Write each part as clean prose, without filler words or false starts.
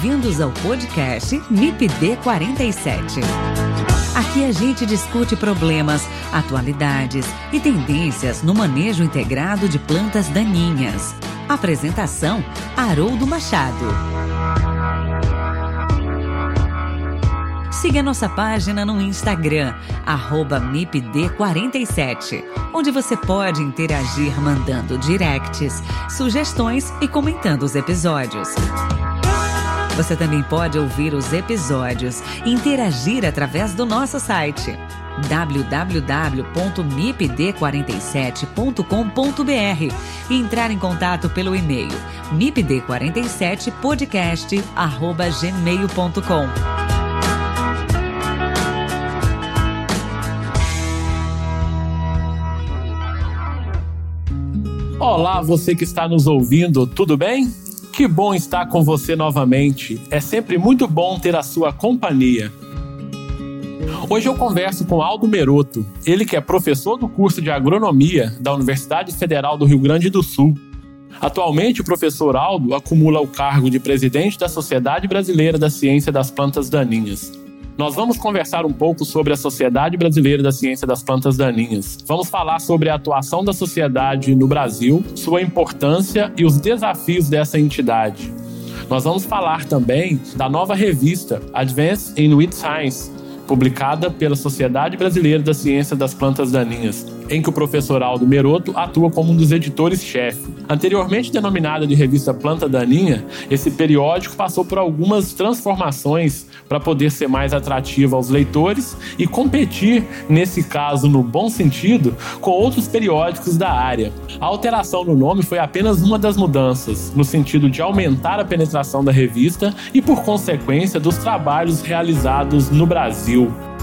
Bem-vindos ao podcast MIPD 47. Aqui a gente discute problemas, atualidades e tendências no manejo integrado de plantas daninhas. Apresentação: Haroldo Machado. Siga nossa página no Instagram, @MIPD47, onde você pode interagir mandando directs, sugestões e comentando os episódios. Você também pode ouvir os episódios e interagir através do nosso site www.mipd47.com.br e entrar em contato pelo e-mail mipd47podcast@gmail.com. Olá, você que está nos ouvindo, tudo bem? Que bom estar com você novamente. É sempre muito bom ter a sua companhia. Hoje eu converso com Aldo Meroto, ele que é professor do curso de Agronomia da Universidade Federal do Rio Grande do Sul. Atualmente, o professor Aldo acumula o cargo de presidente da Sociedade Brasileira da Ciência das Plantas Daninhas. Nós vamos conversar um pouco sobre a Sociedade Brasileira da Ciência das Plantas Daninhas. Vamos falar sobre a atuação da sociedade no Brasil, sua importância e os desafios dessa entidade. Nós vamos falar também da nova revista Advances in Weed Science, publicada pela Sociedade Brasileira da Ciência das Plantas Daninhas, em que o professor Aldo Meroto atua como um dos editores-chefe. Anteriormente denominada de Revista Planta Daninha, esse periódico passou por algumas transformações para poder ser mais atrativo aos leitores e competir, nesse caso no bom sentido, com outros periódicos da área. A alteração no nome foi apenas uma das mudanças, no sentido de aumentar a penetração da revista e, por consequência, dos trabalhos realizados no Brasil.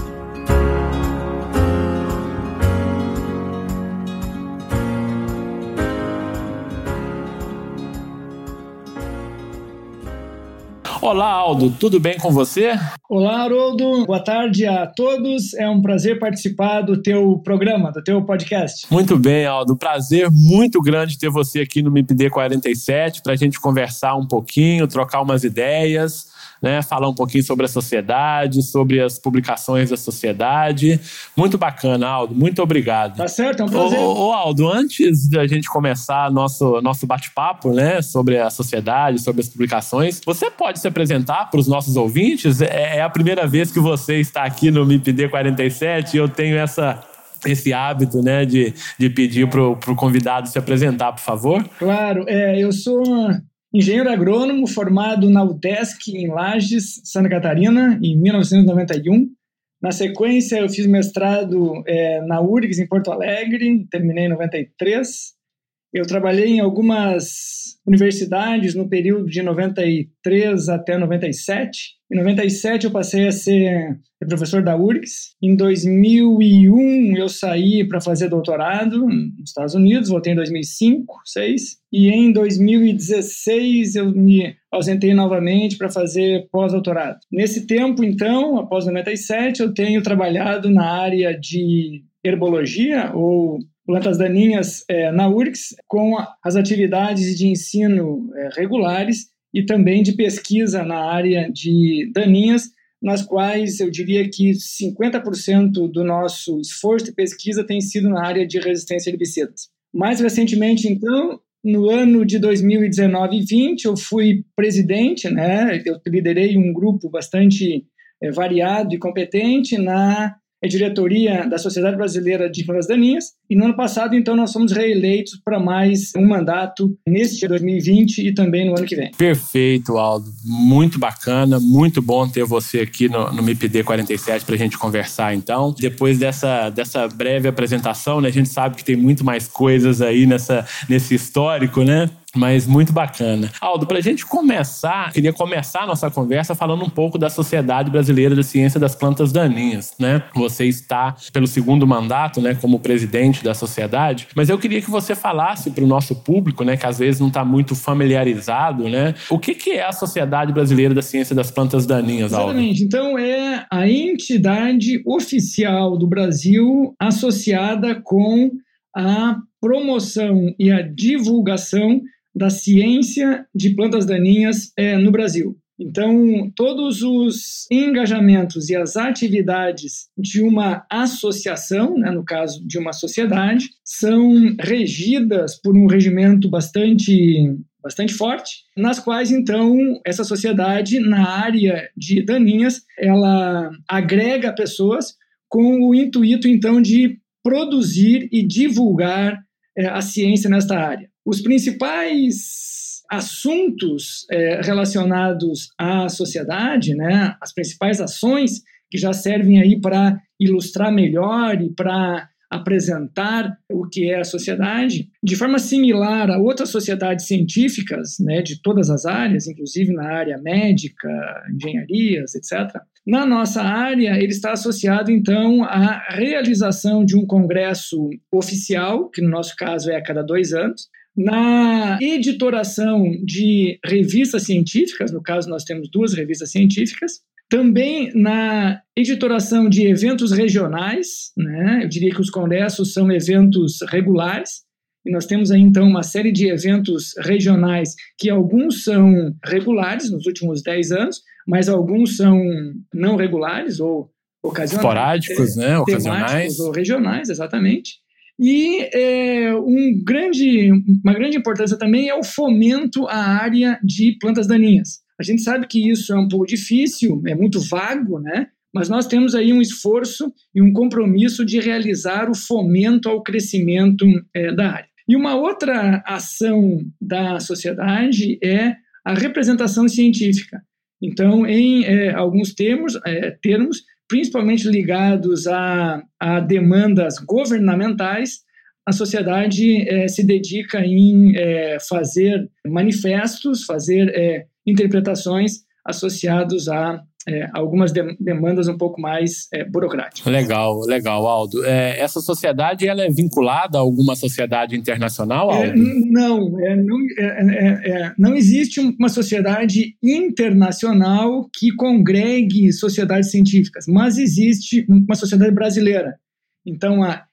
Olá, Aldo, tudo bem com você? Olá, Haroldo. Boa tarde a todos. É um prazer participar do teu programa, do teu podcast. Muito bem, Aldo. Prazer muito grande ter você aqui no MIPD 47 para a gente conversar um pouquinho, trocar umas ideias, né? Falar um pouquinho sobre a sociedade, sobre as publicações da sociedade. Muito bacana, Aldo. Muito obrigado. Tá certo, é um prazer. Aldo, antes da gente começar nosso bate-papo, né, sobre a sociedade, sobre as publicações, você pode se apresentar para os nossos ouvintes? É a primeira vez que você está aqui no MIPD 47 e eu tenho esse hábito, né, de pedir para o convidado se apresentar, por favor. Claro, eu sou engenheiro agrônomo formado na UDESC em Lages, Santa Catarina, em 1991. Na sequência, eu fiz mestrado na URGS, em Porto Alegre, terminei em 93. Eu trabalhei em algumas universidades no período de 93 até 97. Em 97 eu passei a ser professor da URGS. Em 2001 eu saí para fazer doutorado nos Estados Unidos, voltei em 2005, 2006. E em 2016 eu me ausentei novamente para fazer pós-doutorado. Nesse tempo, então, após 97, eu tenho trabalhado na área de herbologia ou plantas daninhas na URGS, com as atividades de ensino regulares e também de pesquisa na área de daninhas, nas quais eu diria que 50% do nosso esforço de pesquisa tem sido na área de resistência a herbicidas. Mais recentemente, então, no ano de 2019 e 2020, eu fui presidente, né? Eu liderei um grupo bastante variado e competente na diretoria da Sociedade Brasileira de Plantas Daninhas, e no ano passado, então, nós fomos reeleitos para mais um mandato neste 2020 e também no ano que vem. Perfeito, Aldo. Muito bacana, muito bom ter você aqui no MIPD 47 para a gente conversar, então. Depois dessa breve apresentação, né, a gente sabe que tem muito mais coisas aí nesse histórico, né? Mas muito bacana. Aldo, para a gente começar, queria começar a nossa conversa falando um pouco da Sociedade Brasileira da Ciência das Plantas Daninhas, né? Você está pelo segundo mandato, né, como presidente da sociedade, mas eu queria que você falasse para o nosso público, né, que às vezes não está muito familiarizado, né? O que é a Sociedade Brasileira da Ciência das Plantas Daninhas, Aldo? Exatamente. Então, é a entidade oficial do Brasil associada com a promoção e a divulgação da ciência de plantas daninhas no Brasil. Então, todos os engajamentos e as atividades de uma associação, né, no caso de uma sociedade, são regidas por um regimento bastante forte, nas quais, então, essa sociedade, na área de daninhas, ela agrega pessoas com o intuito, então, de produzir e divulgar a ciência nesta área. Os principais assuntos relacionados à sociedade, né, as principais ações que já servem aí para ilustrar melhor e para apresentar o que é a sociedade, de forma similar a outras sociedades científicas, né, de todas as áreas, inclusive na área médica, engenharias, etc. Na nossa área, ele está associado, então, à realização de um congresso oficial, que no nosso caso é a cada 2 anos, na editoração de revistas científicas, no caso nós temos 2 revistas científicas, também na editoração de eventos regionais, né? Eu diria que os congressos são eventos regulares, e nós temos aí então uma série de eventos regionais que alguns são regulares nos últimos 10 anos, mas alguns são não regulares ou ocasionais. Esporádicos, né? Ocasionais. Ou regionais, exatamente. E uma grande importância também é o fomento à área de plantas daninhas. A gente sabe que isso é um pouco difícil, é muito vago, né? Mas nós temos aí um esforço e um compromisso de realizar o fomento ao crescimento da área. E uma outra ação da sociedade é a representação científica. Então, em alguns termos, principalmente ligados a demandas governamentais, a sociedade se dedica em fazer manifestos, fazer interpretações associados a algumas demandas um pouco mais burocráticas. Legal, Aldo. Essa sociedade ela é vinculada a alguma sociedade internacional, Aldo? Não existe uma sociedade internacional que congregue sociedades científicas, mas existe uma sociedade brasileira. Então, a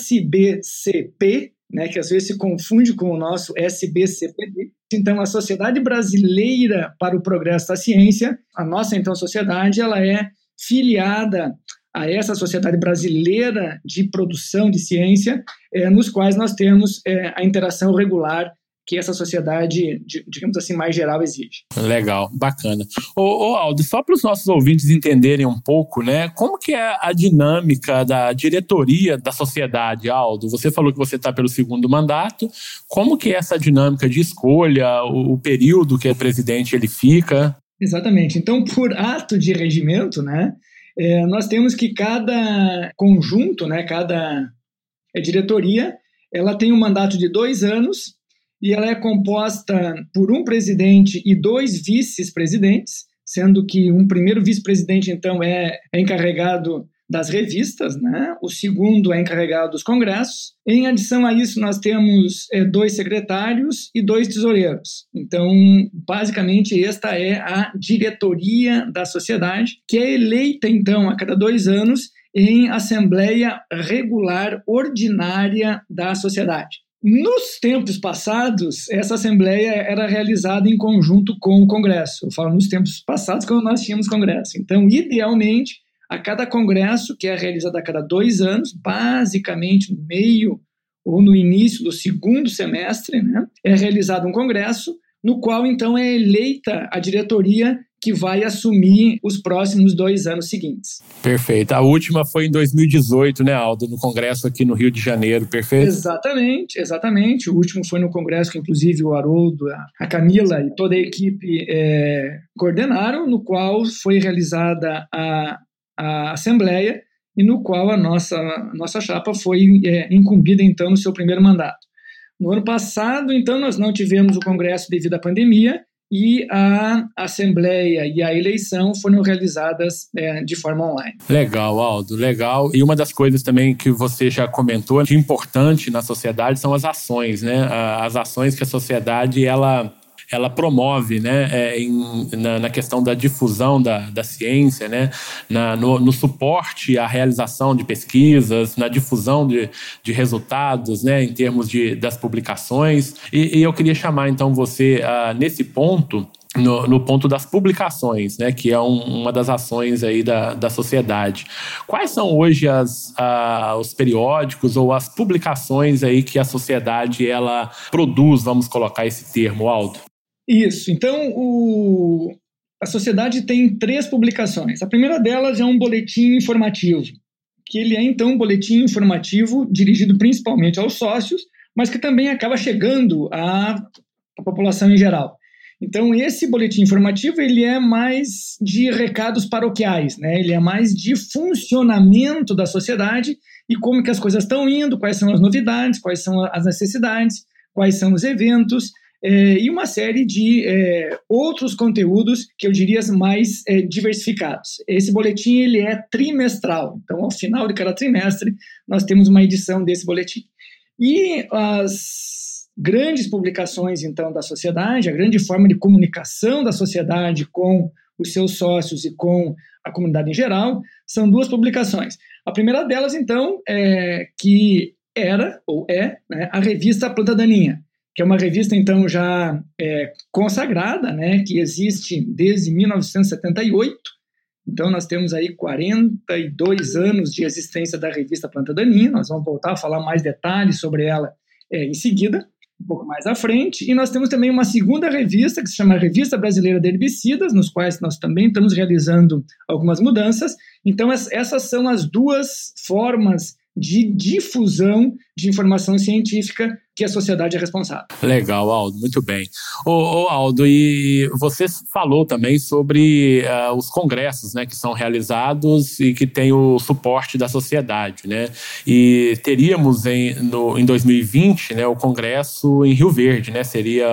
SBCP, né, que às vezes se confunde com o nosso SBCPD. Então, a Sociedade Brasileira para o Progresso da Ciência, a nossa, então, sociedade, ela é filiada a essa Sociedade Brasileira de Produção de Ciência, nos quais nós temos a interação regular que essa sociedade, digamos assim, mais geral exige. Legal, bacana. Ô Aldo, só para os nossos ouvintes entenderem um pouco, né, como que é a dinâmica da diretoria da sociedade, Aldo? Você falou que você está pelo 2º mandato. Como que é essa dinâmica de escolha, o período que o presidente ele fica? Exatamente. Então, por ato de regimento, né, nós temos que cada conjunto, né, cada diretoria, ela tem um mandato de 2 anos, e ela é composta por um presidente e 2 vice-presidentes, sendo que um primeiro vice-presidente, então, é encarregado das revistas, né? O segundo é encarregado dos congressos. Em adição a isso, nós temos 2 secretários e 2 tesoureiros. Então, basicamente, esta é a diretoria da sociedade, que é eleita, então, a cada 2 anos em assembleia regular ordinária da sociedade. Nos tempos passados, essa assembleia era realizada em conjunto com o Congresso. Eu falo nos tempos passados, quando nós tínhamos Congresso. Então, idealmente, a cada Congresso, que é realizado a cada 2 anos, basicamente no meio ou no início do 2º semestre, né, é realizado um Congresso, no qual, então, é eleita a diretoria que vai assumir os próximos 2 anos seguintes. Perfeito. A última foi em 2018, né, Aldo? No Congresso aqui no Rio de Janeiro, perfeito? Exatamente. O último foi no Congresso que, inclusive, o Haroldo, a Camila e toda a equipe coordenaram, no qual foi realizada a Assembleia e no qual a nossa chapa foi incumbida, então, no seu primeiro mandato. No ano passado, então, nós não tivemos o Congresso devido à pandemia, e a Assembleia e a eleição foram realizadas de forma online. Legal, Aldo, legal. E uma das coisas também que você já comentou de importante na sociedade são as ações, né? As ações que a sociedade ela promove, né, na questão da difusão da ciência, né, no suporte à realização de pesquisas, na difusão de resultados, né, em termos das publicações. E eu queria chamar, então, você, nesse ponto, no ponto das publicações, né, que é uma das ações aí da sociedade. Quais são hoje os periódicos ou as publicações aí que a sociedade ela produz, vamos colocar esse termo, Aldo? Isso. Então, a sociedade tem 3 publicações. A primeira delas é um boletim informativo, que ele é, então, um boletim informativo dirigido principalmente aos sócios, mas que também acaba chegando à população em geral. Então, esse boletim informativo ele é mais de recados paroquiais, né? Ele é mais de funcionamento da sociedade e como que as coisas estão indo, quais são as novidades, quais são as necessidades, quais são os eventos, e uma série de outros conteúdos que eu diria mais diversificados. Esse boletim ele é trimestral, então ao final de cada trimestre nós temos uma edição desse boletim. E as grandes publicações, então, da sociedade, a grande forma de comunicação da sociedade com os seus sócios e com a comunidade em geral, são 2 publicações. A primeira delas, então, que era, ou é, né, a revista Planta Daninha, que é uma revista, então, já consagrada, né, que existe desde 1978. Então, nós temos aí 42 anos de existência da revista Planta Daninha. Nós vamos voltar a falar mais detalhes sobre ela em seguida, um pouco mais à frente. E nós temos também uma segunda revista, que se chama Revista Brasileira de Herbicidas, nos quais nós também estamos realizando algumas mudanças. Então, essas são as 2 formas de difusão de informação científica que a sociedade é responsável. Legal, Aldo, muito bem. Aldo, e você falou também sobre os congressos, né, que são realizados e que têm o suporte da sociedade, né? E teríamos em 2020, né, o congresso em Rio Verde, né? Seria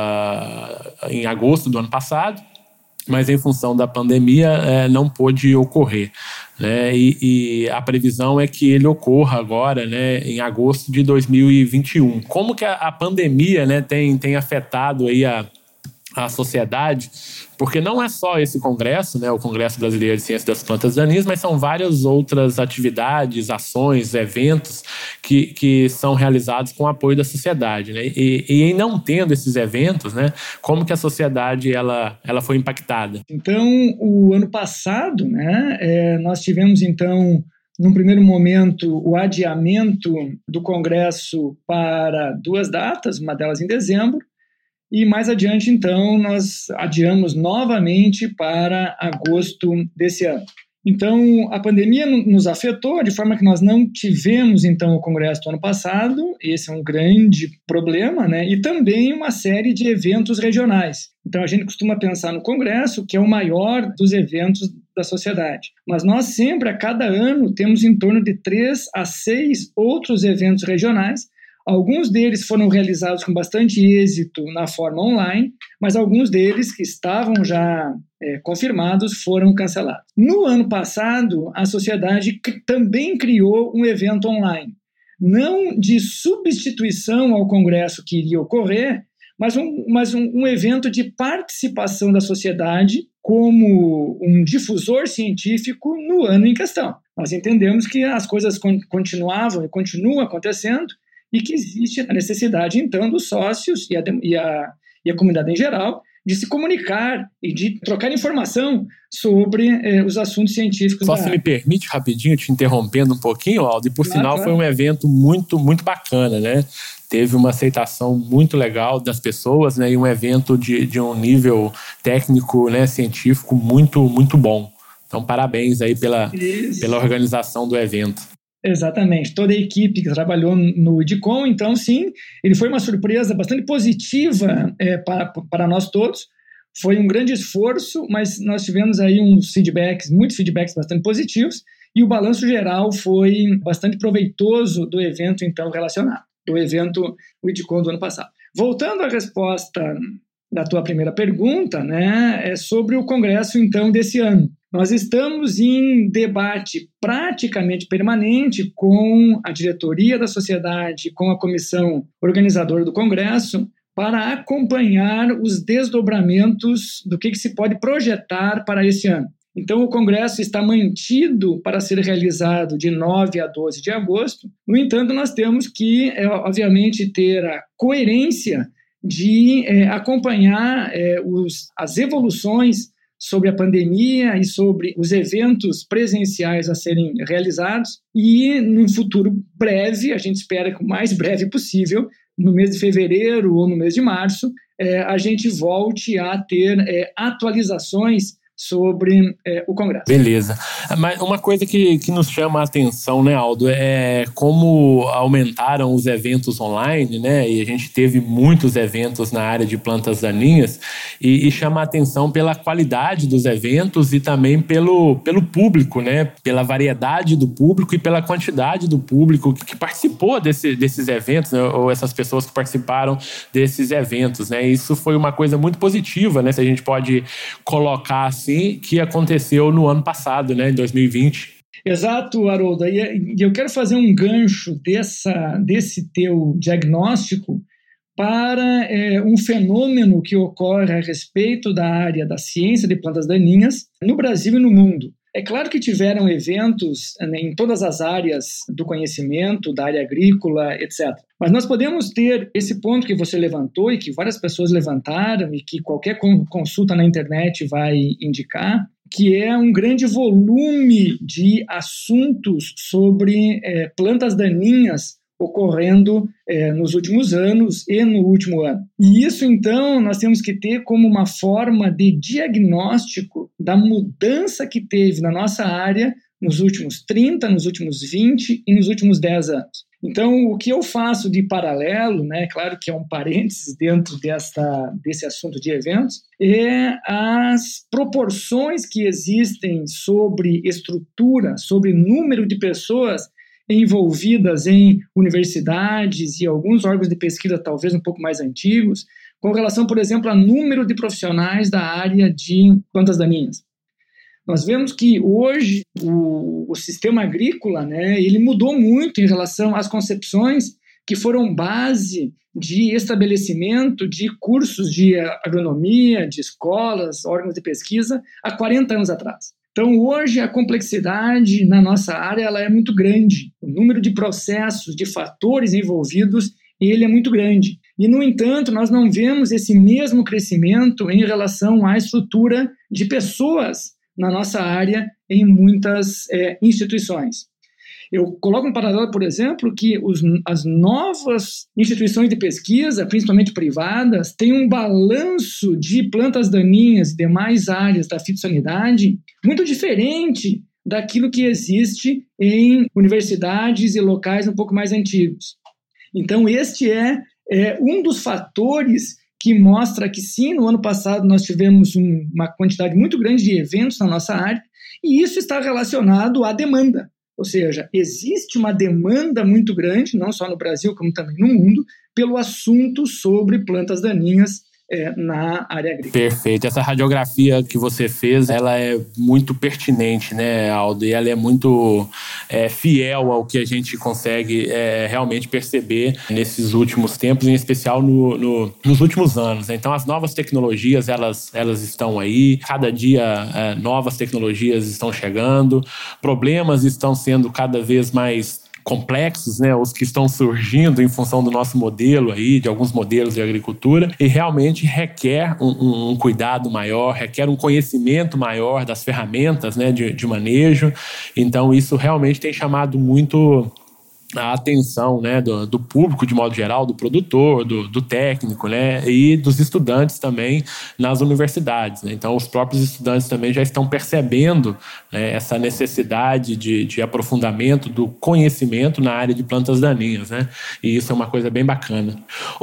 em agosto do ano passado, mas em função da pandemia não pôde ocorrer, né? E a previsão é que ele ocorra agora, né, em agosto de 2021. Como que a pandemia, né, tem afetado aí a sociedade? Porque não é só esse congresso, né, o Congresso Brasileiro de Ciência das Plantas Daninhas, mas são várias outras atividades, ações, eventos que são realizados com o apoio da sociedade, né? E em não tendo esses eventos, né, como que a sociedade ela foi impactada? Então, o ano passado, né, nós tivemos, então, num primeiro momento, o adiamento do congresso para 2 datas, uma delas em dezembro, e mais adiante, então, nós adiamos novamente para agosto desse ano. Então, a pandemia nos afetou de forma que nós não tivemos, então, o congresso do ano passado. Esse é um grande problema, né? E também uma série de eventos regionais. Então, a gente costuma pensar no congresso, que é o maior dos eventos da sociedade. Mas nós sempre, a cada ano, temos em torno de 3 a 6 outros eventos regionais. Alguns deles foram realizados com bastante êxito na forma online, mas alguns deles que estavam já confirmados foram cancelados. No ano passado, a sociedade também criou um evento online, não de substituição ao congresso que iria ocorrer, mas um evento de participação da sociedade como um difusor científico no ano em questão. Nós entendemos que as coisas continuavam e continuam acontecendo, e que existe a necessidade, então, dos sócios e a comunidade em geral de se comunicar e de trocar informação sobre os assuntos científicos. Só se me permite rapidinho, te interrompendo um pouquinho, Aldo, e por sinal foi um evento muito, muito bacana, né? Teve uma aceitação muito legal das pessoas, né? E um evento de um nível técnico, né, científico muito, muito bom. Então, parabéns aí pela organização do evento. Exatamente, toda a equipe que trabalhou no IDCOM, então sim, ele foi uma surpresa bastante positiva para nós todos, foi um grande esforço, mas nós tivemos aí muitos feedbacks bastante positivos, e o balanço geral foi bastante proveitoso do evento então relacionado, do evento IDCOM do ano passado. Voltando à resposta da tua primeira pergunta, né, é sobre o congresso então desse ano. Nós estamos em debate praticamente permanente com a diretoria da sociedade, com a comissão organizadora do congresso, para acompanhar os desdobramentos do que se pode projetar para esse ano. Então, o congresso está mantido para ser realizado de 9 a 12 de agosto. No entanto, nós temos que, obviamente, ter a coerência de acompanhar as evoluções sobre a pandemia e sobre os eventos presenciais a serem realizados, e num futuro breve, a gente espera que o mais breve possível, no mês de fevereiro ou no mês de março, a gente volte a ter atualizações sobre o Congresso. Beleza. Mas uma coisa que nos chama a atenção, né, Aldo, é como aumentaram os eventos online, né, e a gente teve muitos eventos na área de plantas daninhas, e chama a atenção pela qualidade dos eventos e também pelo público, né, pela variedade do público e pela quantidade do público que participou desses eventos, né, ou essas pessoas que participaram desses eventos, né. Isso foi uma coisa muito positiva, né, se a gente pode colocar assim, que aconteceu no ano passado, né, em 2020. Exato, Haroldo. E eu quero fazer um gancho desse teu diagnóstico para um fenômeno que ocorre a respeito da área da ciência de plantas daninhas no Brasil e no mundo. É claro que tiveram eventos em todas as áreas do conhecimento, da área agrícola, etc. Mas nós podemos ter esse ponto que você levantou e que várias pessoas levantaram e que qualquer consulta na internet vai indicar, que é um grande volume de assuntos sobre plantas daninhas ocorrendo nos últimos anos e no último ano. E isso, então, nós temos que ter como uma forma de diagnóstico da mudança que teve na nossa área nos últimos 30, nos últimos 20 e nos últimos 10 anos. Então, o que eu faço de paralelo, né, claro que é um parênteses dentro desse assunto de eventos, é as proporções que existem sobre estrutura, sobre número de pessoas envolvidas em universidades e alguns órgãos de pesquisa talvez um pouco mais antigos, com relação, por exemplo, a número de profissionais da área de plantas daninhas. Nós vemos que hoje o sistema agrícola, né, ele mudou muito em relação às concepções que foram base de estabelecimento de cursos de agronomia, de escolas, órgãos de pesquisa, há 40 anos atrás. Então, hoje, a complexidade na nossa área ela é muito grande. O número de processos, de fatores envolvidos, ele é muito grande. E, no entanto, nós não vemos esse mesmo crescimento em relação à estrutura de pessoas na nossa área em muitas instituições. Eu coloco um paralelo, por exemplo, que as novas instituições de pesquisa, principalmente privadas, têm um balanço de plantas daninhas e demais áreas da fitossanidade muito diferente daquilo que existe em universidades e locais um pouco mais antigos. Então, este é um dos fatores que mostra que, sim, no ano passado nós tivemos uma quantidade muito grande de eventos na nossa área, e isso está relacionado à demanda. Ou seja, existe uma demanda muito grande, não só no Brasil, como também no mundo, pelo assunto sobre plantas daninhas na área agrícola. Perfeito. Essa radiografia que você fez, ela é muito pertinente, né, Aldo? E ela é muito fiel ao que a gente consegue realmente perceber nesses últimos tempos, em especial nos últimos anos. Então, as novas tecnologias, elas estão aí. Cada dia, novas tecnologias estão chegando. Problemas estão sendo cada vez mais complexos, né, os que estão surgindo em função do nosso modelo aí, de alguns modelos de agricultura, e realmente requer um cuidado maior, requer um conhecimento maior das ferramentas, né, de manejo. Então isso realmente tem chamado muito a atenção, né, do público de modo geral, do produtor, do técnico, né, e dos estudantes também nas universidades, né? Então os próprios estudantes também já estão percebendo, né, essa necessidade de aprofundamento do conhecimento na área de plantas daninhas, né? E isso é uma coisa bem bacana.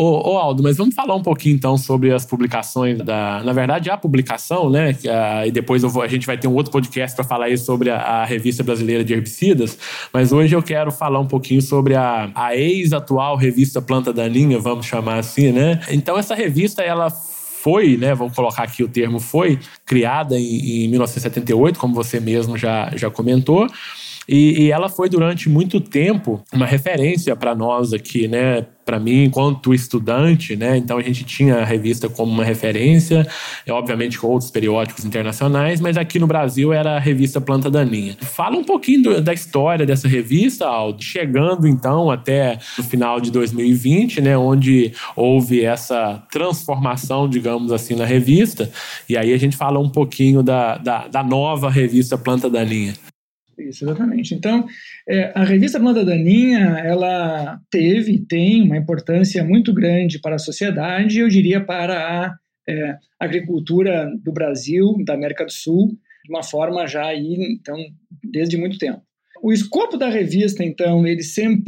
Ô Aldo, mas vamos falar um pouquinho então sobre as publicações na verdade a publicação, né, e depois a gente vai ter um outro podcast para falar aí sobre a Revista Brasileira de Herbicidas, mas hoje eu quero falar um pouquinho sobre a ex-atual revista Planta Daninha, vamos chamar assim, né? Então essa revista, ela foi, né, vou colocar aqui o termo foi, criada em 1978, como você mesmo já comentou, E ela foi durante muito tempo uma referência para nós aqui, né? Para mim, enquanto estudante, né? Então a gente tinha a revista como uma referência, obviamente com outros periódicos internacionais, mas aqui no Brasil era a revista Planta Daninha. Fala um pouquinho da história dessa revista, Aldo, chegando então até o final de 2020, né? Onde houve essa transformação, digamos assim, na revista, e aí a gente fala um pouquinho da nova revista Planta Daninha. Isso, exatamente. Então, a revista Planta Daninha, ela teve e tem uma importância muito grande para a sociedade, eu diria para a agricultura do Brasil, da América do Sul, de uma forma já aí, então, desde muito tempo. O escopo da revista, então, ele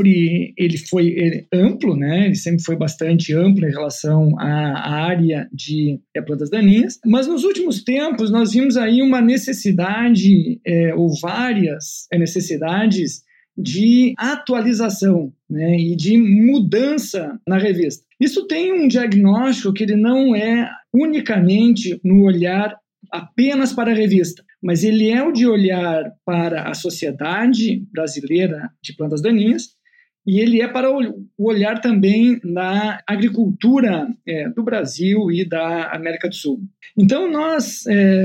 foi amplo, né? Ele sempre foi bastante amplo em relação à área de plantas daninhas, mas nos últimos tempos nós vimos aí uma necessidade, ou várias necessidades de atualização, né? E de mudança na revista. Isso tem um diagnóstico que ele não é unicamente no olhar apenas para a revista, mas ele é o de olhar para a sociedade brasileira de plantas daninhas e ele é para o olhar também da agricultura do Brasil e da América do Sul. Então, nós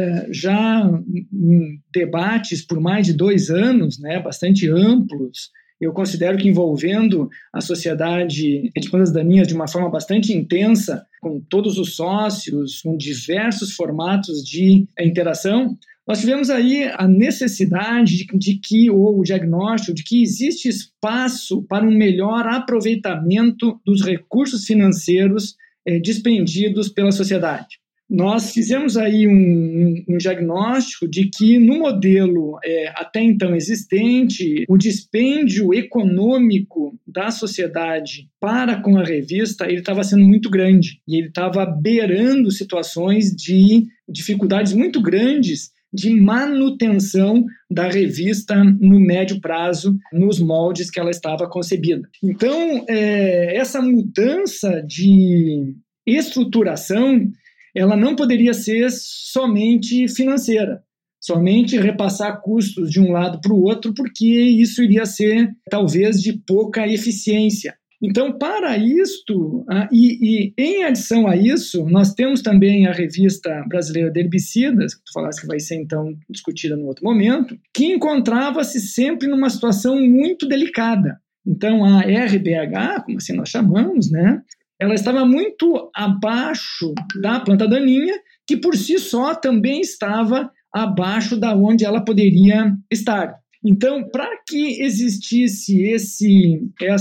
já em debates por mais de 2 anos, né, bastante amplos, eu considero que envolvendo a sociedade de plantas daninhas de uma forma bastante intensa, com todos os sócios, com diversos formatos de interação, nós tivemos aí a necessidade ou o diagnóstico de que existe espaço para um melhor aproveitamento dos recursos financeiros despendidos pela sociedade. Nós fizemos aí um diagnóstico de que no modelo até então existente, o dispêndio econômico da sociedade para com a revista ele estava sendo muito grande e ele estava beirando situações de dificuldades muito grandes de manutenção da revista no médio prazo, nos moldes que ela estava concebida. Então, essa mudança de estruturação ela não poderia ser somente financeira, somente repassar custos de um lado para o outro, porque isso iria ser, talvez, de pouca eficiência. Então, para isto, e em adição a isso, nós temos também a Revista Brasileira de Herbicidas, que tu falaste que vai ser, então, discutida no outro momento, que encontrava-se sempre numa situação muito delicada. Então, a RBH, como assim nós chamamos, né? Ela estava muito abaixo da planta daninha, que por si só também estava abaixo da onde ela poderia estar. Então, para que existisse esse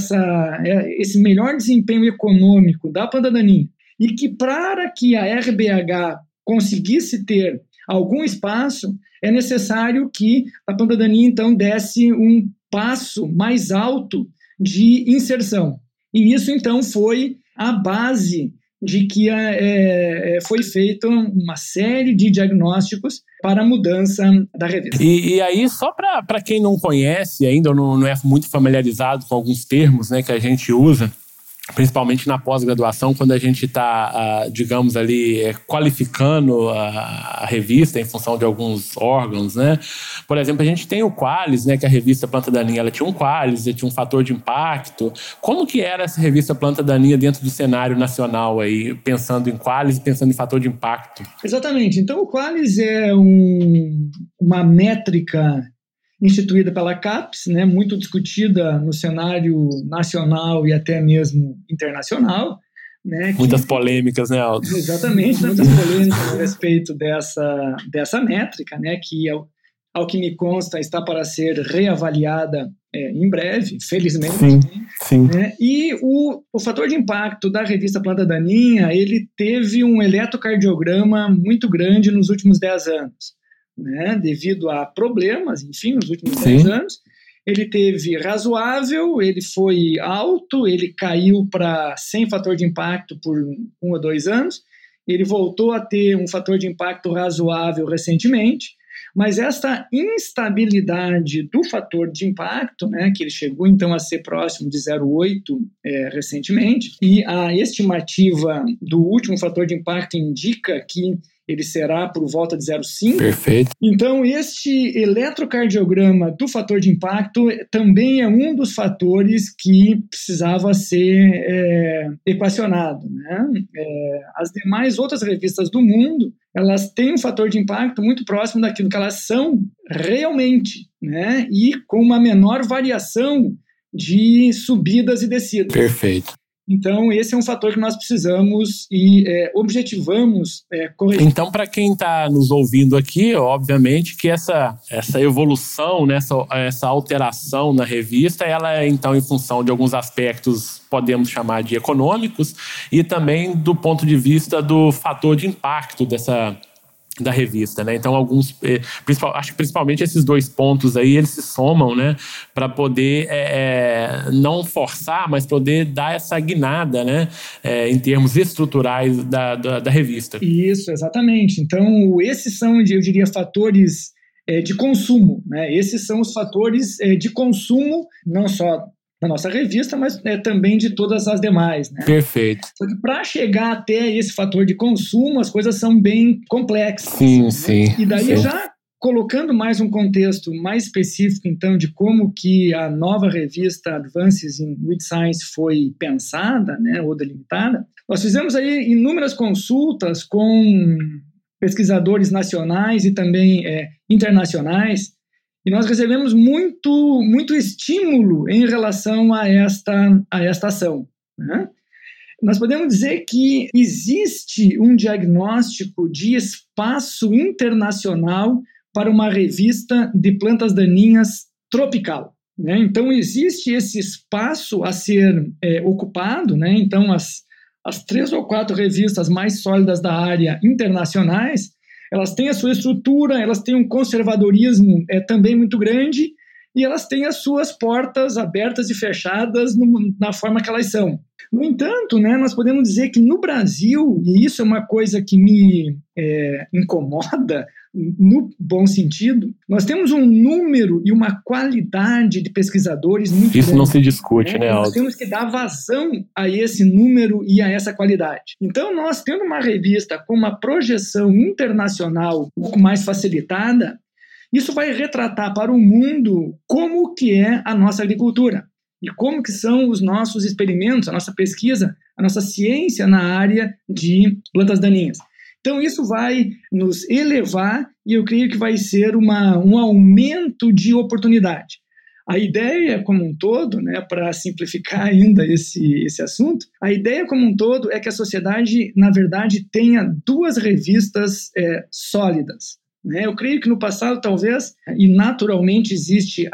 melhor desempenho econômico da planta daninha e que para que a RBH conseguisse ter algum espaço, é necessário que a planta daninha, então, desse um passo mais alto de inserção. E isso, então, foi a base de que foi feita uma série de diagnósticos para a mudança da revista. E aí, só para quem não conhece ainda, ou não é muito familiarizado com alguns termos, né, que a gente usa, principalmente na pós-graduação, quando a gente está, digamos ali, qualificando a revista em função de alguns órgãos, né? Por exemplo, a gente tem o Qualis, né, que é a revista Planta Daninha, ela tinha um Qualis, ela tinha um fator de impacto. Como que era essa revista Planta Daninha dentro do cenário nacional aí, pensando em Qualis e pensando em fator de impacto? Exatamente. Então, o Qualis é uma métrica instituída pela CAPES, né, muito discutida no cenário nacional e até mesmo internacional. Né, muitas polêmicas, né, Aldo? Exatamente, muitas polêmicas a respeito dessa métrica, né, que, ao que me consta, está para ser reavaliada em breve, felizmente. Sim. Né, e o fator de impacto da revista Planta Daninha, ele teve um eletrocardiograma muito grande nos últimos 10 anos. Né, devido a problemas, enfim, nos últimos 10 anos. Ele teve razoável, ele foi alto, ele caiu para sem fator de impacto por 1 ou 2 anos, ele voltou a ter um fator de impacto razoável recentemente, mas esta instabilidade do fator de impacto, né, que ele chegou então a ser próximo de 0,8 recentemente, e a estimativa do último fator de impacto indica que ele será por volta de 0,5. Perfeito. Então, este eletrocardiograma do fator de impacto também é um dos fatores que precisava ser equacionado, né? As demais outras revistas do mundo, elas têm um fator de impacto muito próximo daquilo que elas são realmente, né? E com uma menor variação de subidas e descidas. Perfeito. Então, esse é um fator que nós precisamos e objetivamos corrigir. Então, para quem está nos ouvindo aqui, obviamente que essa evolução, né, essa alteração na revista, ela é, então, em função de alguns aspectos, podemos chamar de econômicos, e também do ponto de vista do fator de impacto da revista, né? Então, acho que principalmente esses dois pontos aí, eles se somam, né? Para poder não forçar, mas poder dar essa guinada, né? Em termos estruturais da revista. Isso, exatamente. Então, esses são, eu diria, fatores de consumo, né? Esses são os fatores de consumo, não só da nossa revista, mas também de todas as demais, né? Perfeito. Só que para chegar até esse fator de consumo, as coisas são bem complexas. Sim, né? sim. E daí sim. já colocando mais um contexto mais específico, então, de como que a nova revista Advances in With Science foi pensada, né, ou delimitada, nós fizemos aí inúmeras consultas com pesquisadores nacionais e também internacionais, e nós recebemos muito estímulo em relação a esta ação, né? Nós podemos dizer que existe um diagnóstico de espaço internacional para uma revista de plantas daninhas tropical, né? Então, existe esse espaço a ser ocupado, né? Então, as 3 ou 4 revistas mais sólidas da área internacionais, elas têm a sua estrutura, elas têm um conservadorismo também muito grande, e elas têm as suas portas abertas e fechadas na forma que elas são. No entanto, né, nós podemos dizer que no Brasil, e isso é uma coisa que me incomoda, no bom sentido, nós temos um número e uma qualidade de pesquisadores muito grande. Isso não se discute, né, Aldo? Nós temos que dar vazão a esse número e a essa qualidade. Então, nós tendo uma revista com uma projeção internacional um pouco mais facilitada, isso vai retratar para o mundo como que é a nossa agricultura e como que são os nossos experimentos, a nossa pesquisa, a nossa ciência na área de plantas daninhas. Então, isso vai nos elevar e eu creio que vai ser um aumento de oportunidade. A ideia como um todo, né, para simplificar ainda esse assunto, a ideia como um todo é que a sociedade, na verdade, tenha 2 revistas sólidas. Né? Eu creio que no passado, talvez, e naturalmente existe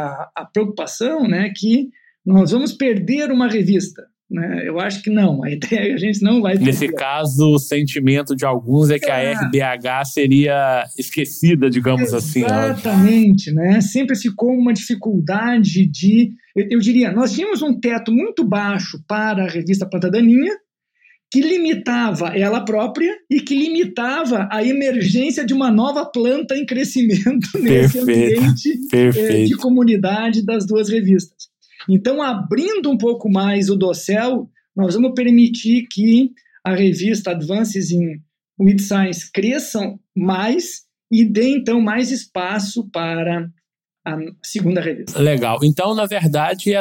a preocupação, né, que nós vamos perder uma revista. Né? Eu acho que não, a ideia é que a gente não vai perder. Nesse caso, o sentimento de alguns é que a RDH seria esquecida, digamos assim. Exatamente, né? Sempre ficou uma dificuldade eu diria, nós tínhamos um teto muito baixo para a revista Planta Daninha, que limitava ela própria e que limitava a emergência de uma nova planta em crescimento nesse ambiente de comunidade das 2 revistas. Então, abrindo um pouco mais o dossel, nós vamos permitir que a revista Advances in With Science cresça mais e dê, então, mais espaço para a segunda revista. Legal. Então, na verdade,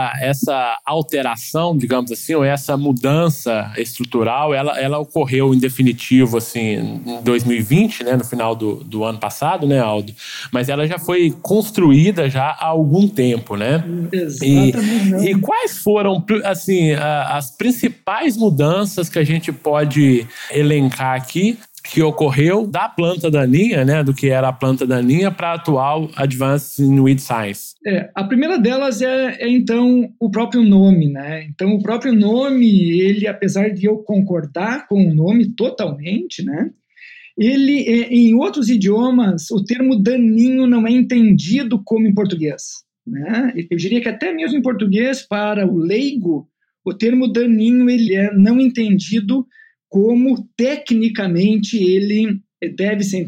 essa alteração, digamos assim, ou essa mudança estrutural, ela ocorreu em definitivo, assim, em 2020, né, no final do ano passado, né, Aldo? Mas ela já foi construída já há algum tempo, né? Exatamente. E quais foram, assim, as principais mudanças que a gente pode elencar aqui que ocorreu da planta daninha, né, do que era a planta daninha, para a atual Advances in With Science? A primeira delas então, o próprio nome, né? Então, o próprio nome, ele, apesar de eu concordar com o nome totalmente, né, ele, em outros idiomas, o termo daninho não é entendido como em português, né? Eu diria que até mesmo em português, para o leigo, o termo daninho ele é não entendido como tecnicamente ele deve ser entendido.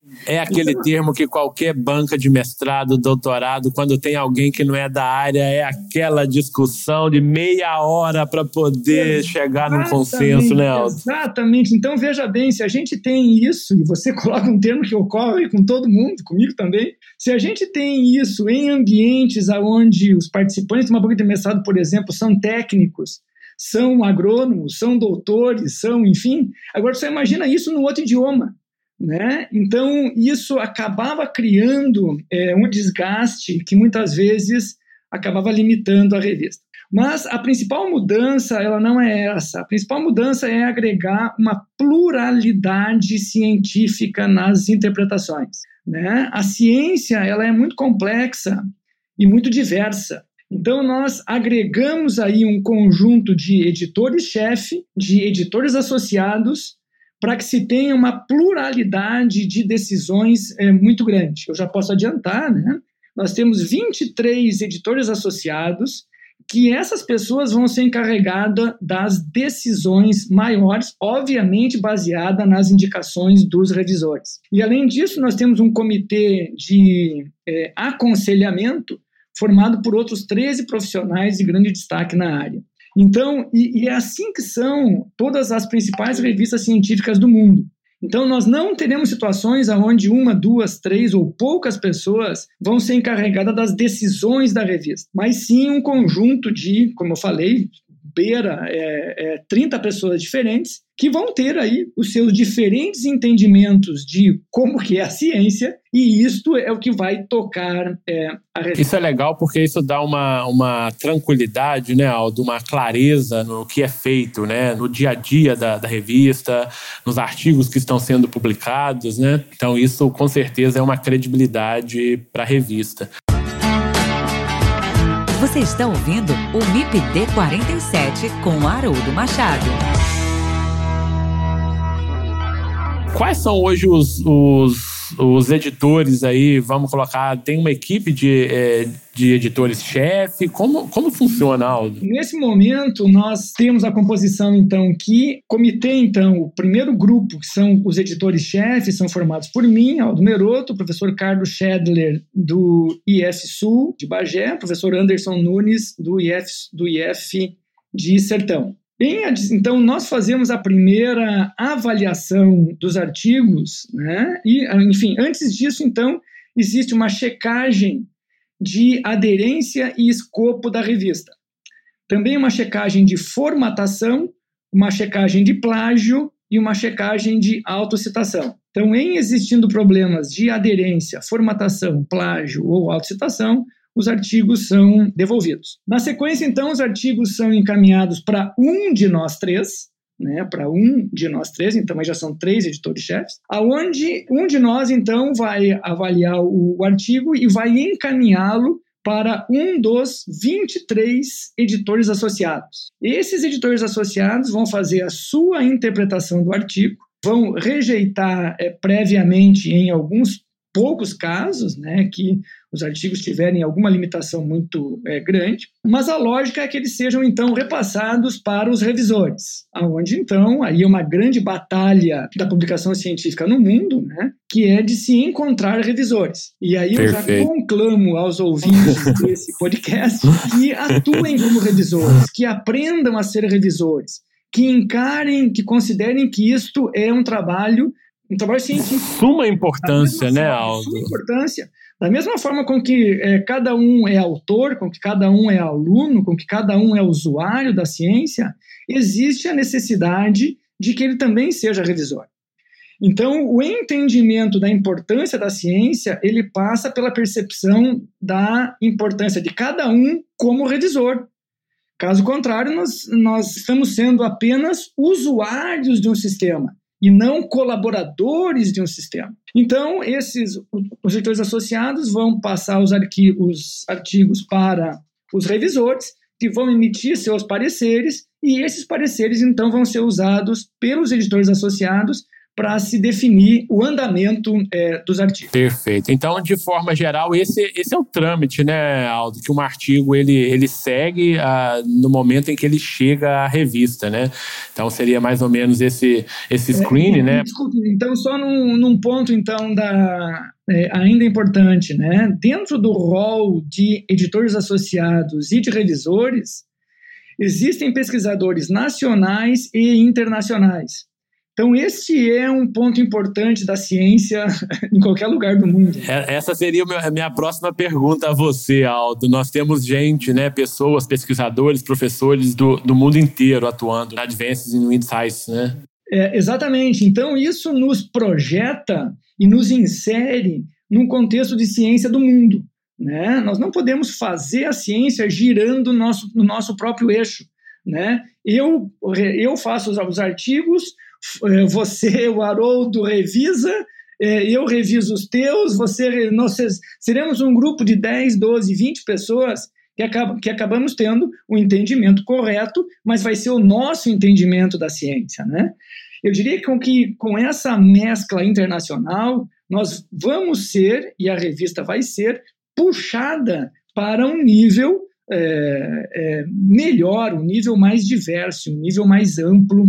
É aquele termo que qualquer banca de mestrado, doutorado, quando tem alguém que não é da área, é aquela discussão de meia hora para poder chegar num consenso, né, Aldo? Exatamente. Então, veja bem, se a gente tem isso, e você coloca um termo que ocorre com todo mundo, comigo também, se a gente tem isso em ambientes onde os participantes de uma banca de mestrado, por exemplo, são técnicos, são agrônomos, são doutores, enfim, agora você imagina isso num outro idioma, né? Então, isso acabava criando um desgaste que muitas vezes acabava limitando a revista. Mas a principal mudança, ela não é essa. A principal mudança é agregar uma pluralidade científica nas interpretações, né? A ciência, ela é muito complexa e muito diversa. Então, nós agregamos aí um conjunto de editores-chefe, de editores associados, para que se tenha uma pluralidade de decisões muito grande. Eu já posso adiantar, né? Nós temos 23 editores associados, que essas pessoas vão ser encarregadas das decisões maiores, obviamente baseada nas indicações dos revisores. E, além disso, nós temos um comitê de aconselhamento formado por outros 13 profissionais de grande destaque na área. Então, e é assim que são todas as principais revistas científicas do mundo. Então, nós não teremos situações onde 1, 2, 3 ou poucas pessoas vão ser encarregadas das decisões da revista, mas sim um conjunto de, como eu falei, beira 30 pessoas diferentes que vão ter aí os seus diferentes entendimentos de como que é a ciência, e isto é o que vai tocar a revista. Isso é legal porque isso dá uma tranquilidade, né, Aldo, uma clareza no que é feito, né, no dia a dia da revista, nos artigos que estão sendo publicados, né? Então isso com certeza é uma credibilidade para a revista. Você está ouvindo o MIPD 47 com Haroldo Machado. Quais são hoje os editores aí, vamos colocar, tem uma equipe de editores-chefe? Como funciona, Aldo? Nesse momento, nós temos a composição, então, o primeiro grupo, que são os editores-chefes, são formados por mim, Aldo Meroto, o professor Carlos Schedler, do IF Sul, de Bagé, o professor Anderson Nunes, do IF de Sertão. Bem, então, nós fazemos a primeira avaliação dos artigos, né? E, enfim, antes disso, então, existe uma checagem de aderência e escopo da revista. Também uma checagem de formatação, uma checagem de plágio e uma checagem de autocitação. Então, em existindo problemas de aderência, formatação, plágio ou autocitação, os artigos são devolvidos. Na sequência, então, os artigos são encaminhados para um de nós três, né, então já são 3 editores-chefes, aonde um de nós, então, vai avaliar o artigo e vai encaminhá-lo para um dos 23 editores associados. Esses editores associados vão fazer a sua interpretação do artigo, vão rejeitar previamente, em alguns poucos casos, né, que os artigos tiverem alguma limitação muito grande, mas a lógica é que eles sejam, então, repassados para os revisores, onde, então, aí é uma grande batalha da publicação científica no mundo, né, que é de se encontrar revisores. E aí eu já conclamo aos ouvintes desse podcast que atuem como revisores, que aprendam a ser revisores, que encarem, que considerem que isto é um trabalho científico. Suma importância, né, Aldo? Suma importância. Da mesma forma com que cada um é autor, com que cada um é aluno, com que cada um é usuário da ciência, existe a necessidade de que ele também seja revisor. Então, o entendimento da importância da ciência, ele passa pela percepção da importância de cada um como revisor. Caso contrário, nós estamos sendo apenas usuários de um sistema e não colaboradores de um sistema. Então, os editores associados vão passar os artigos para os revisores, que vão emitir seus pareceres, e esses pareceres, então, vão ser usados pelos editores associados para se definir o andamento dos artigos. Perfeito. Então, de forma geral, esse é o trâmite, né, Aldo, que um artigo ele segue no momento em que ele chega à revista, né? Então, seria mais ou menos esse screening, né? Desculpe, então, só num ponto, então, ainda importante, né? Dentro do rol de editores associados e de revisores, existem pesquisadores nacionais e internacionais. Então, este é um ponto importante da ciência em qualquer lugar do mundo. Essa seria a minha próxima pergunta a você, Aldo. Nós temos gente, né, pessoas, pesquisadores, professores do mundo inteiro atuando na Advances in Insights, né? Exatamente. Então, isso nos projeta e nos insere num contexto de ciência do mundo, né? Nós não podemos fazer a ciência girando no nosso próprio eixo, né? Eu faço os artigos, você, o Haroldo, revisa, eu reviso os teus, nós seremos um grupo de 10, 12, 20 pessoas que acabamos tendo o entendimento correto, mas vai ser o nosso entendimento da ciência, né? Eu diria que com essa mescla internacional, nós vamos ser, e a revista vai ser, puxada para um nível melhor, um nível mais diverso, um nível mais amplo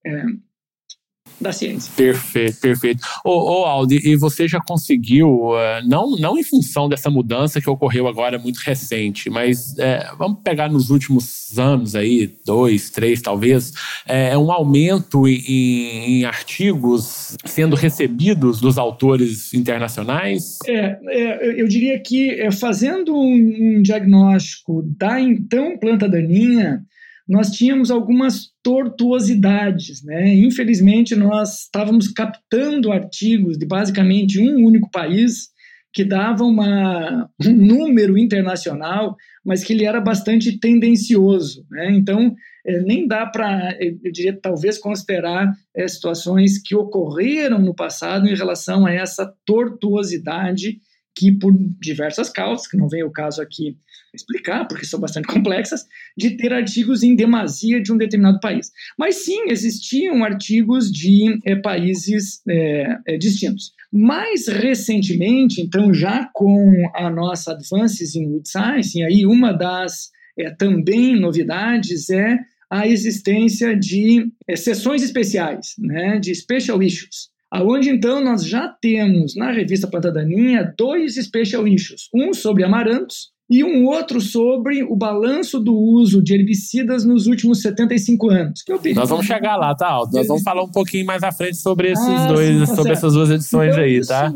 da ciência. Perfeito. Aldo, e você já conseguiu, não em função dessa mudança que ocorreu agora muito recente, mas vamos pegar nos últimos anos aí, 2, 3 talvez, um aumento em artigos sendo recebidos dos autores internacionais? Eu diria que fazendo um diagnóstico da então planta daninha, nós tínhamos algumas tortuosidades, né? Infelizmente, nós estávamos captando artigos de basicamente um único país que dava um número internacional, mas que ele era bastante tendencioso, né? Então, nem dá para, eu diria, talvez considerar situações que ocorreram no passado em relação a essa tortuosidade que, por diversas causas, que não vem o caso aqui explicar, porque são bastante complexas, de ter artigos em demasia de um determinado país. Mas sim, existiam artigos de países distintos. Mais recentemente, então, já com a nossa Advances in Science, e aí uma das também novidades é a existência de seções especiais, né, de special issues, aonde então nós já temos na revista Planta Daninha 2 special issues, um sobre amarantos e um outro sobre o balanço do uso de herbicidas nos últimos 75 anos. Nós vamos chegar lá, tá, Aldo? Nós vamos falar um pouquinho mais à frente sobre essas duas edições então, aí, tá?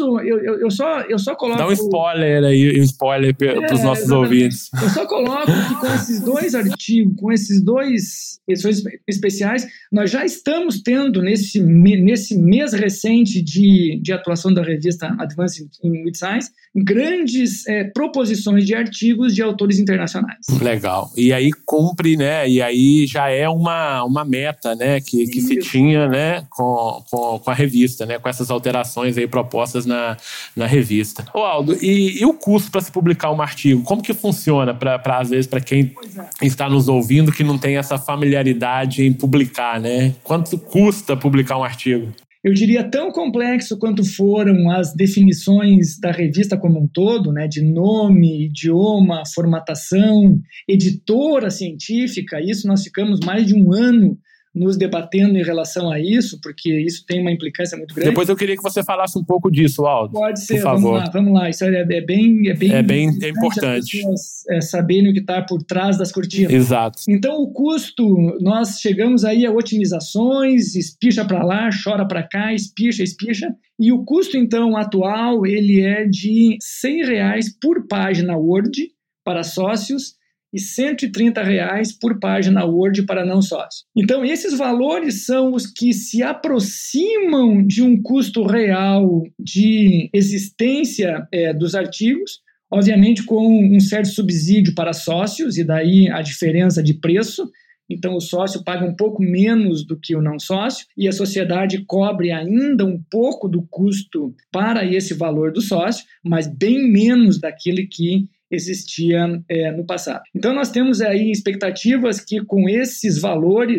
Eu só coloco... Dá um spoiler aí, para os nossos ouvintes. Eu só coloco que com esses 2 artigos, com esses 2 edições especiais, nós já estamos tendo nesse mês recente de atuação da revista Advances in Science, grandes proposições de artigos de autores internacionais. Legal. E aí cumpre, né? E aí já é uma meta, né? Que se tinha, né? Com a revista, né? Com essas alterações aí propostas na revista. Aldo, e o custo para se publicar um artigo? Como que funciona às vezes, para quem está nos ouvindo que não tem essa familiaridade em publicar, né? Quanto custa publicar um artigo? Eu diria tão complexo quanto foram as definições da revista como um todo, né, de nome, idioma, formatação, editora científica. Isso nós ficamos mais de um ano nos debatendo em relação a isso, porque isso tem uma implicância muito grande. Depois eu queria que você falasse um pouco disso, Aldo. Pode ser, por favor. Vamos lá. Isso é bem importante. As pessoas saberem o que está por trás das cortinas. Exato. Então, o custo, nós chegamos aí a otimizações, espicha para lá, chora para cá, espicha, e o custo, então, atual, ele é de R$100 por página Word para sócios, e R$130 por página Word para não sócios. Então, esses valores são os que se aproximam de um custo real de existência dos artigos, obviamente com um certo subsídio para sócios, e daí a diferença de preço. Então, o sócio paga um pouco menos do que o não sócio, e a sociedade cobre ainda um pouco do custo para esse valor do sócio, mas bem menos daquele que existia no passado. Então, nós temos aí expectativas que com esses valores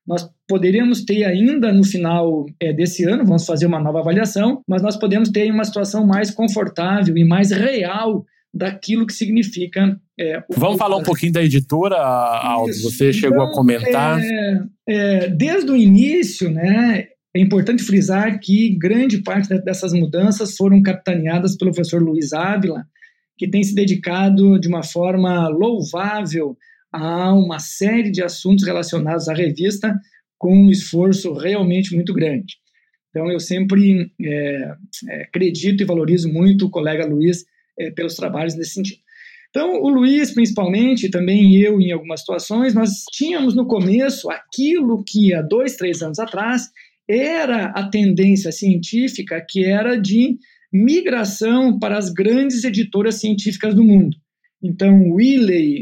Nós poderíamos ter ainda no final desse ano, vamos fazer uma nova avaliação, mas nós podemos ter uma situação mais confortável e mais real daquilo que significa... Vamos falar um pouquinho da editora, Aldo? Você chegou a comentar. Desde o início, né, é importante frisar que grande parte dessas mudanças foram capitaneadas pelo professor Luiz Ávila, que tem se dedicado de uma forma louvável a uma série de assuntos relacionados à revista, com um esforço realmente muito grande. Então, eu sempre acredito e valorizo muito o colega Luiz pelos trabalhos nesse sentido. Então, o Luiz, principalmente, e também eu, em algumas situações, nós tínhamos no começo aquilo que há 2, 3 anos atrás era a tendência científica, que era de migração para as grandes editoras científicas do mundo. Então, Wiley,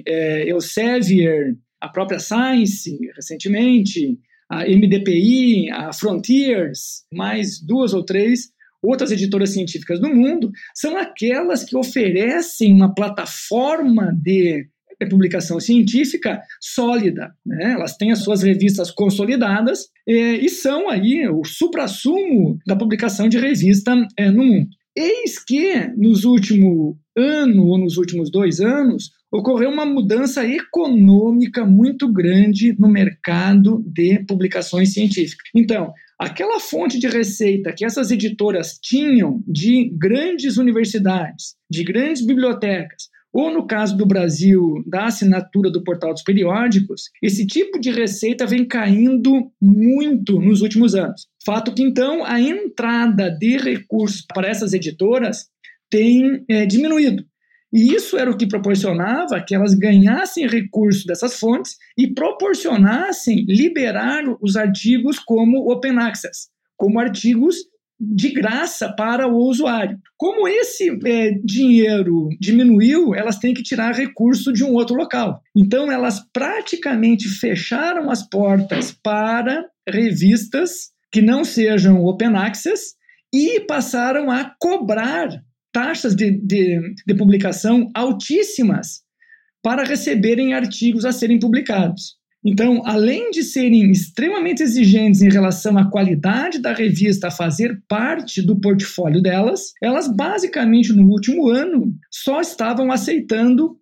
Elsevier, a própria Science, recentemente, a MDPI, a Frontiers, mais 2 ou 3 outras editoras científicas do mundo, são aquelas que oferecem uma plataforma de publicação científica sólida, né? Elas têm as suas revistas consolidadas e são aí o suprassumo da publicação de revista no mundo. Eis que, nos últimos ano ou nos últimos 2 anos, ocorreu uma mudança econômica muito grande no mercado de publicações científicas. Então, aquela fonte de receita que essas editoras tinham de grandes universidades, de grandes bibliotecas, ou no caso do Brasil, da assinatura do Portal dos Periódicos, esse tipo de receita vem caindo muito nos últimos anos. Fato que, então, a entrada de recursos para essas editoras tem diminuído. E isso era o que proporcionava que elas ganhassem recursos dessas fontes e proporcionassem liberar os artigos como open access, como artigos de graça para o usuário. Como esse dinheiro diminuiu, elas têm que tirar recurso de um outro local. Então, elas praticamente fecharam as portas para revistas que não sejam open access e passaram a cobrar taxas de publicação altíssimas para receberem artigos a serem publicados. Então, além de serem extremamente exigentes em relação à qualidade da revista a fazer parte do portfólio delas, elas basicamente no último ano só estavam aceitando,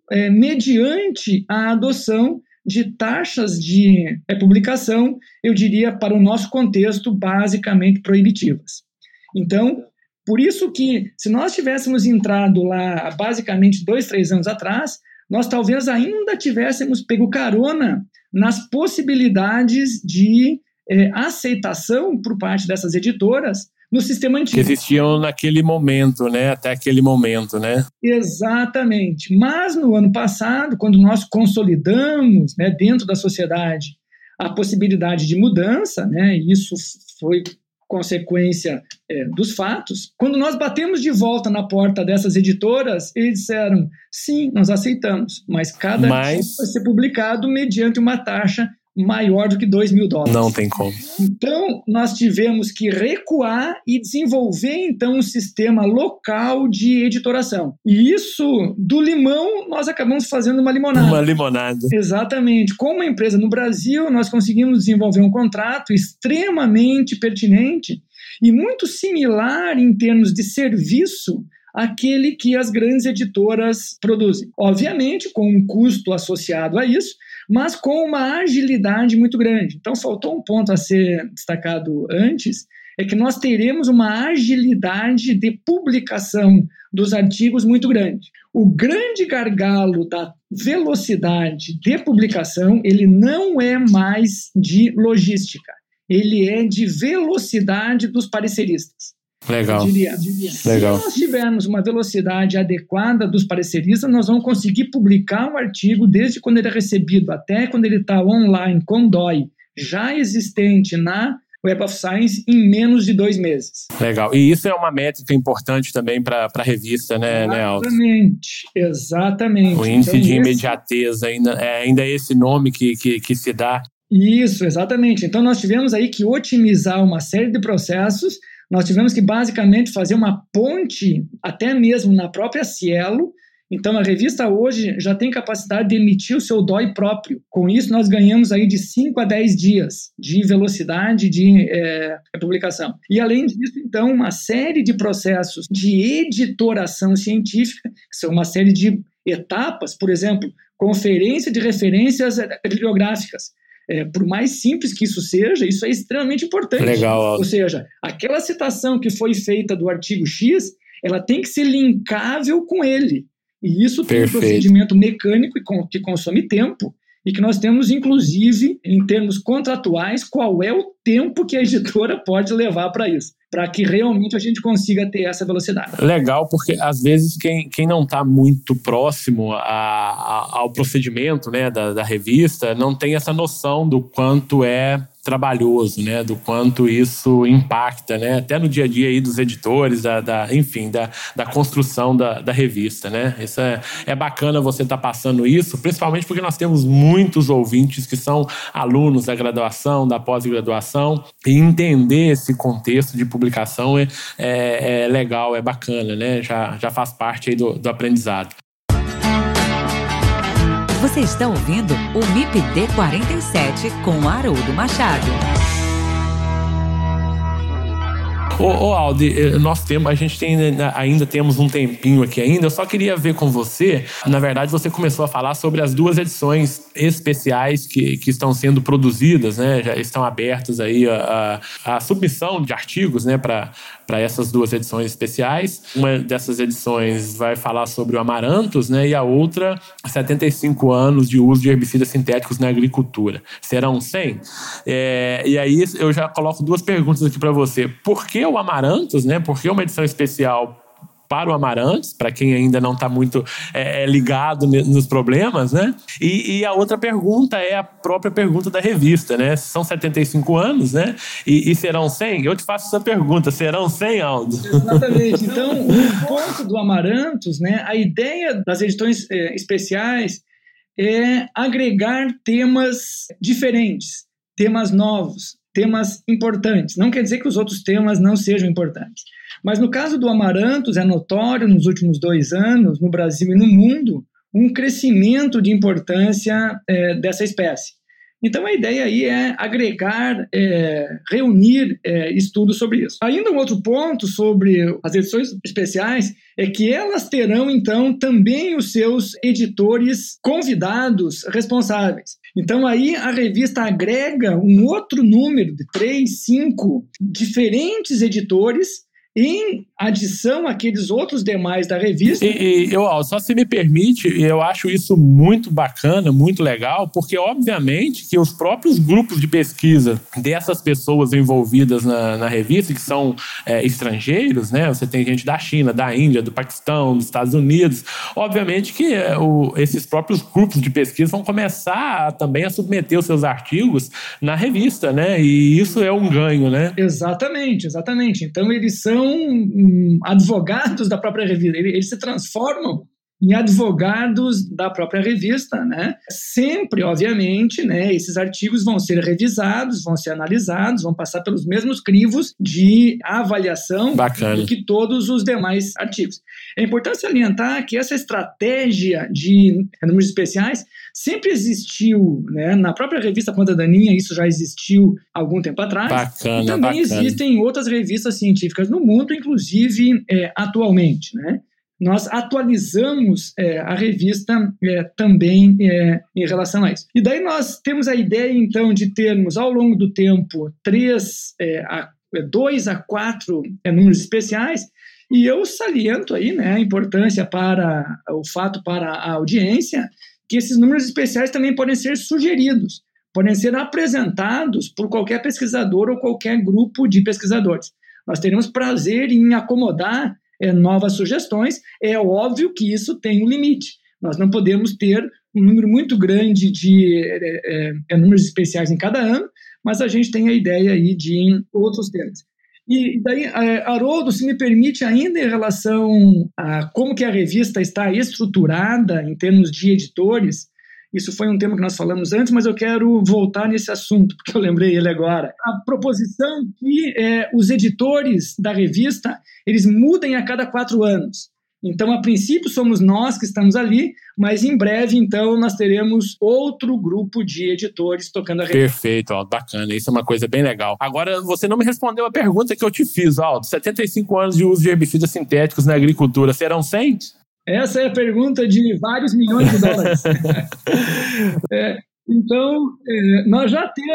mediante a adoção de taxas de publicação, eu diria, para o nosso contexto, basicamente proibitivas. Então, por isso que, se nós tivéssemos entrado lá basicamente 2, 3 anos atrás, nós talvez ainda tivéssemos pego carona nas possibilidades de aceitação por parte dessas editoras no sistema antigo. Que existiam naquele momento, né? Até aquele momento, né? Exatamente. Mas no ano passado, quando nós consolidamos, né, dentro da sociedade a possibilidade de mudança, né, e isso foi consequência dos fatos, quando nós batemos de volta na porta dessas editoras, eles disseram, sim, nós aceitamos, mas cada artigo vai ser publicado mediante uma taxa maior do que $2.000. Não tem como. Então, nós tivemos que recuar e desenvolver, então, um sistema local de editoração. E isso, do limão, nós acabamos fazendo uma limonada. Uma limonada. Exatamente. Com uma empresa no Brasil, nós conseguimos desenvolver um contrato extremamente pertinente e muito similar em termos de serviço àquele que as grandes editoras produzem. Obviamente, com um custo associado a isso, mas com uma agilidade muito grande. Então, faltou um ponto a ser destacado antes, é que nós teremos uma agilidade de publicação dos artigos muito grande. O grande gargalo da velocidade de publicação, ele não é mais de logística, ele é de velocidade dos pareceristas. Legal. Eu diria. Legal. Se nós tivermos uma velocidade adequada dos pareceristas, nós vamos conseguir publicar um artigo desde quando ele é recebido até quando ele está online com DOI, já existente na Web of Science, em menos de 2 meses. Legal. E isso é uma métrica importante também para a revista, né, Aldo? Exatamente. O índice de imediatez ainda é esse nome que se dá. Isso, exatamente. Então, nós tivemos aí que otimizar uma série de processos. Nós tivemos que basicamente fazer uma ponte, até mesmo na própria Cielo, Então, a revista hoje já tem capacidade de emitir o seu DOI próprio. Com isso, nós ganhamos aí de 5 a 10 dias de velocidade de publicação. E, além disso, então, uma série de processos de editoração científica, que são uma série de etapas, por exemplo, conferência de referências bibliográficas. Por mais simples que isso seja, isso é extremamente importante. Legal. Ou seja, aquela citação que foi feita do artigo X, ela tem que ser linkável com ele. E isso tem um procedimento mecânico que consome tempo e que nós temos, inclusive, em termos contratuais, qual é o tempo que a editora pode levar para isso, para que realmente a gente consiga ter essa velocidade. Legal, porque às vezes quem não está muito próximo ao procedimento, né, da revista não tem essa noção do quanto é trabalhoso, né, do quanto isso impacta, né, até no dia a dia aí dos editores, enfim, da construção da revista, né. Isso é bacana você estar passando isso, principalmente porque nós temos muitos ouvintes que são alunos da graduação, da pós-graduação, e entender esse contexto de publicação é legal, é bacana, né, já faz parte aí do aprendizado. Você está ouvindo o MIPD 47 com Haroldo Machado. Aldi, a gente ainda temos um tempinho aqui ainda. Eu só queria ver com você, na verdade você começou a falar sobre as 2 edições especiais que estão sendo produzidas, né? Já estão abertas aí a submissão de artigos, né, para essas 2 edições especiais. Uma dessas edições vai falar sobre o amaranthus, né, e a outra 75 anos de uso de herbicidas sintéticos na agricultura. Serão 100? E aí eu já coloco 2 perguntas aqui para você. Por que o amaranthus, né? Por que uma edição especial para o amaranthus, para quem ainda não está muito ligado nos problemas, né? E a outra pergunta é a própria pergunta da revista, né? São 75 anos, né? E serão 100? Eu te faço essa pergunta, serão 100, Aldo? Exatamente. Então, o ponto do amaranthus, né? A ideia das edições especiais é agregar temas diferentes, temas novos, temas importantes. Não quer dizer que os outros temas não sejam importantes. Mas no caso do amaranthus, é notório nos últimos 2 anos, no Brasil e no mundo, um crescimento de importância dessa espécie. Então a ideia aí é agregar, reunir estudos sobre isso. Ainda um outro ponto sobre as edições especiais é que elas terão então também os seus editores convidados responsáveis. Então aí a revista agrega um outro número de 3, 5 diferentes editores em adição àqueles outros demais da revista. Só se me permite, eu acho isso muito bacana, muito legal, porque obviamente que os próprios grupos de pesquisa dessas pessoas envolvidas na revista, que são estrangeiros, né? Você tem gente da China, da Índia, do Paquistão, dos Estados Unidos, obviamente que esses próprios grupos de pesquisa vão começar também a submeter os seus artigos na revista, né? E isso é um ganho, né? Exatamente. Então eles são advogados da própria revista, eles se transformam em advogados da própria revista, né? Sempre, obviamente, né, esses artigos vão ser revisados, vão ser analisados, vão passar pelos mesmos crivos de avaliação do que todos os demais artigos. É importante salientar que essa estratégia de números especiais sempre existiu, né? Na própria revista Planta Daninha, isso já existiu há algum tempo atrás. E também existem outras revistas científicas no mundo, inclusive atualmente, né? Nós atualizamos a revista também em relação a isso. E daí nós temos a ideia, então, de termos, ao longo do tempo, 2 a 4 números especiais, e eu saliento aí, né, a importância para o fato para a audiência, que esses números especiais também podem ser sugeridos, podem ser apresentados por qualquer pesquisador ou qualquer grupo de pesquisadores. Nós teremos prazer em acomodar novas sugestões. É óbvio que isso tem um limite. Nós não podemos ter um número muito grande de números especiais em cada ano, mas a gente tem a ideia aí de outros temas. E daí, Haroldo, se me permite ainda em relação a como que a revista está estruturada em termos de editores, isso foi um tema que nós falamos antes, mas eu quero voltar nesse assunto, porque eu lembrei ele agora. A proposição que os editores da revista, eles mudem a cada 4 anos. Então, a princípio, somos nós que estamos ali, mas em breve, então, nós teremos outro grupo de editores tocando a revista. Perfeito, Aldo, bacana. Isso é uma coisa bem legal. Agora, você não me respondeu a pergunta que eu te fiz, Aldo. 75 anos de uso de herbicidas sintéticos na agricultura, serão 100? Essa é a pergunta de vários milhões de dólares. Então, nós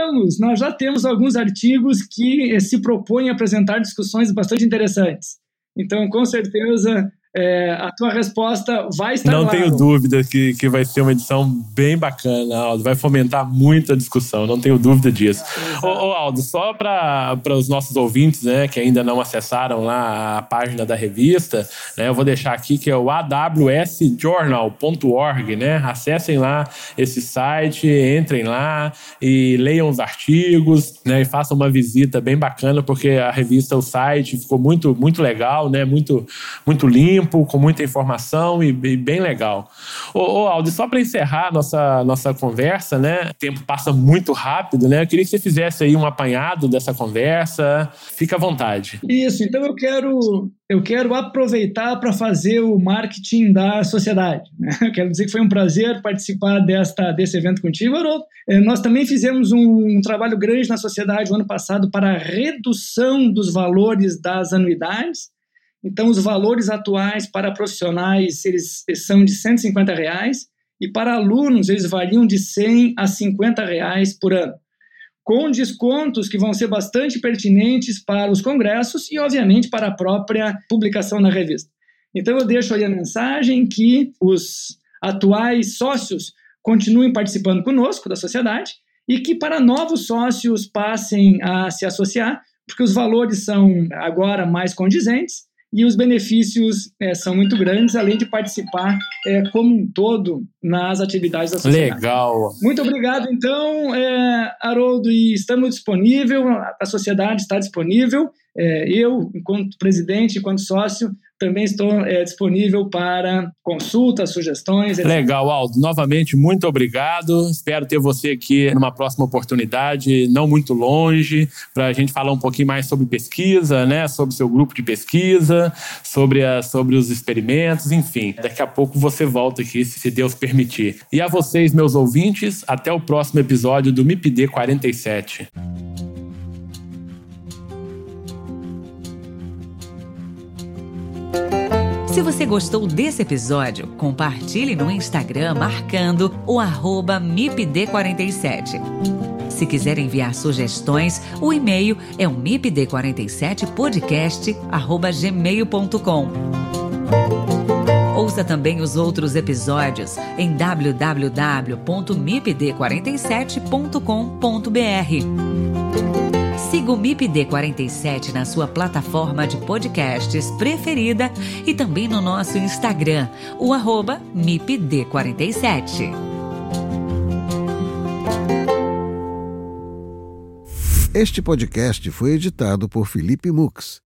já temos alguns artigos que se propõem a apresentar discussões bastante interessantes. Então, com certeza, a tua resposta vai estar lá. Não tenho dúvida que vai ser uma edição bem bacana, Aldo. Vai fomentar muita discussão, não tenho dúvida disso. Aldo, só para os nossos ouvintes, né, que ainda não acessaram lá a página da revista, né, eu vou deixar aqui que é o awsjournal.org, né? Acessem lá esse site, entrem lá e leiam os artigos, né, e façam uma visita bem bacana, porque a revista, o site ficou muito, muito legal, né, muito, muito limpo, com muita informação e bem legal. Aldo, só para encerrar nossa conversa, né? O tempo passa muito rápido, né? Eu queria que você fizesse aí um apanhado dessa conversa. Fica à vontade. Isso, então eu quero aproveitar para fazer o marketing da sociedade, né? Eu quero dizer que foi um prazer participar desse evento contigo, Haroldo. Nós também fizemos um trabalho grande na sociedade o ano passado para a redução dos valores das anuidades. Então, os valores atuais para profissionais, eles são de R$150, e para alunos, eles variam de R$100 a R$50 por ano, com descontos que vão ser bastante pertinentes para os congressos e, obviamente, para a própria publicação na revista. Então, eu deixo aí a mensagem que os atuais sócios continuem participando conosco da sociedade e que para novos sócios passem a se associar, porque os valores são agora mais condizentes e os benefícios são muito grandes, além de participar como um todo nas atividades da sociedade. Legal. Muito obrigado, então, Haroldo, e estamos disponíveis, a sociedade está disponível, eu, enquanto presidente, enquanto sócio, também estou disponível para consultas, sugestões, etc. Legal, Aldo. Novamente, muito obrigado. Espero ter você aqui numa próxima oportunidade, não muito longe, para a gente falar um pouquinho mais sobre pesquisa, né? Sobre o seu grupo de pesquisa, sobre os experimentos, enfim. Daqui a pouco você volta aqui, se Deus permitir. E a vocês, meus ouvintes, até o próximo episódio do MIPD 47. Se você gostou desse episódio, compartilhe no Instagram marcando o @MIPD47. Se quiser enviar sugestões, o e-mail é o mipd47podcast@gmail.com. Ouça também os outros episódios em www.mipd47.com.br. Siga o MIPD 47 na sua plataforma de podcasts preferida e também no nosso Instagram, o @MIPD47. Este podcast foi editado por Felipe Mux.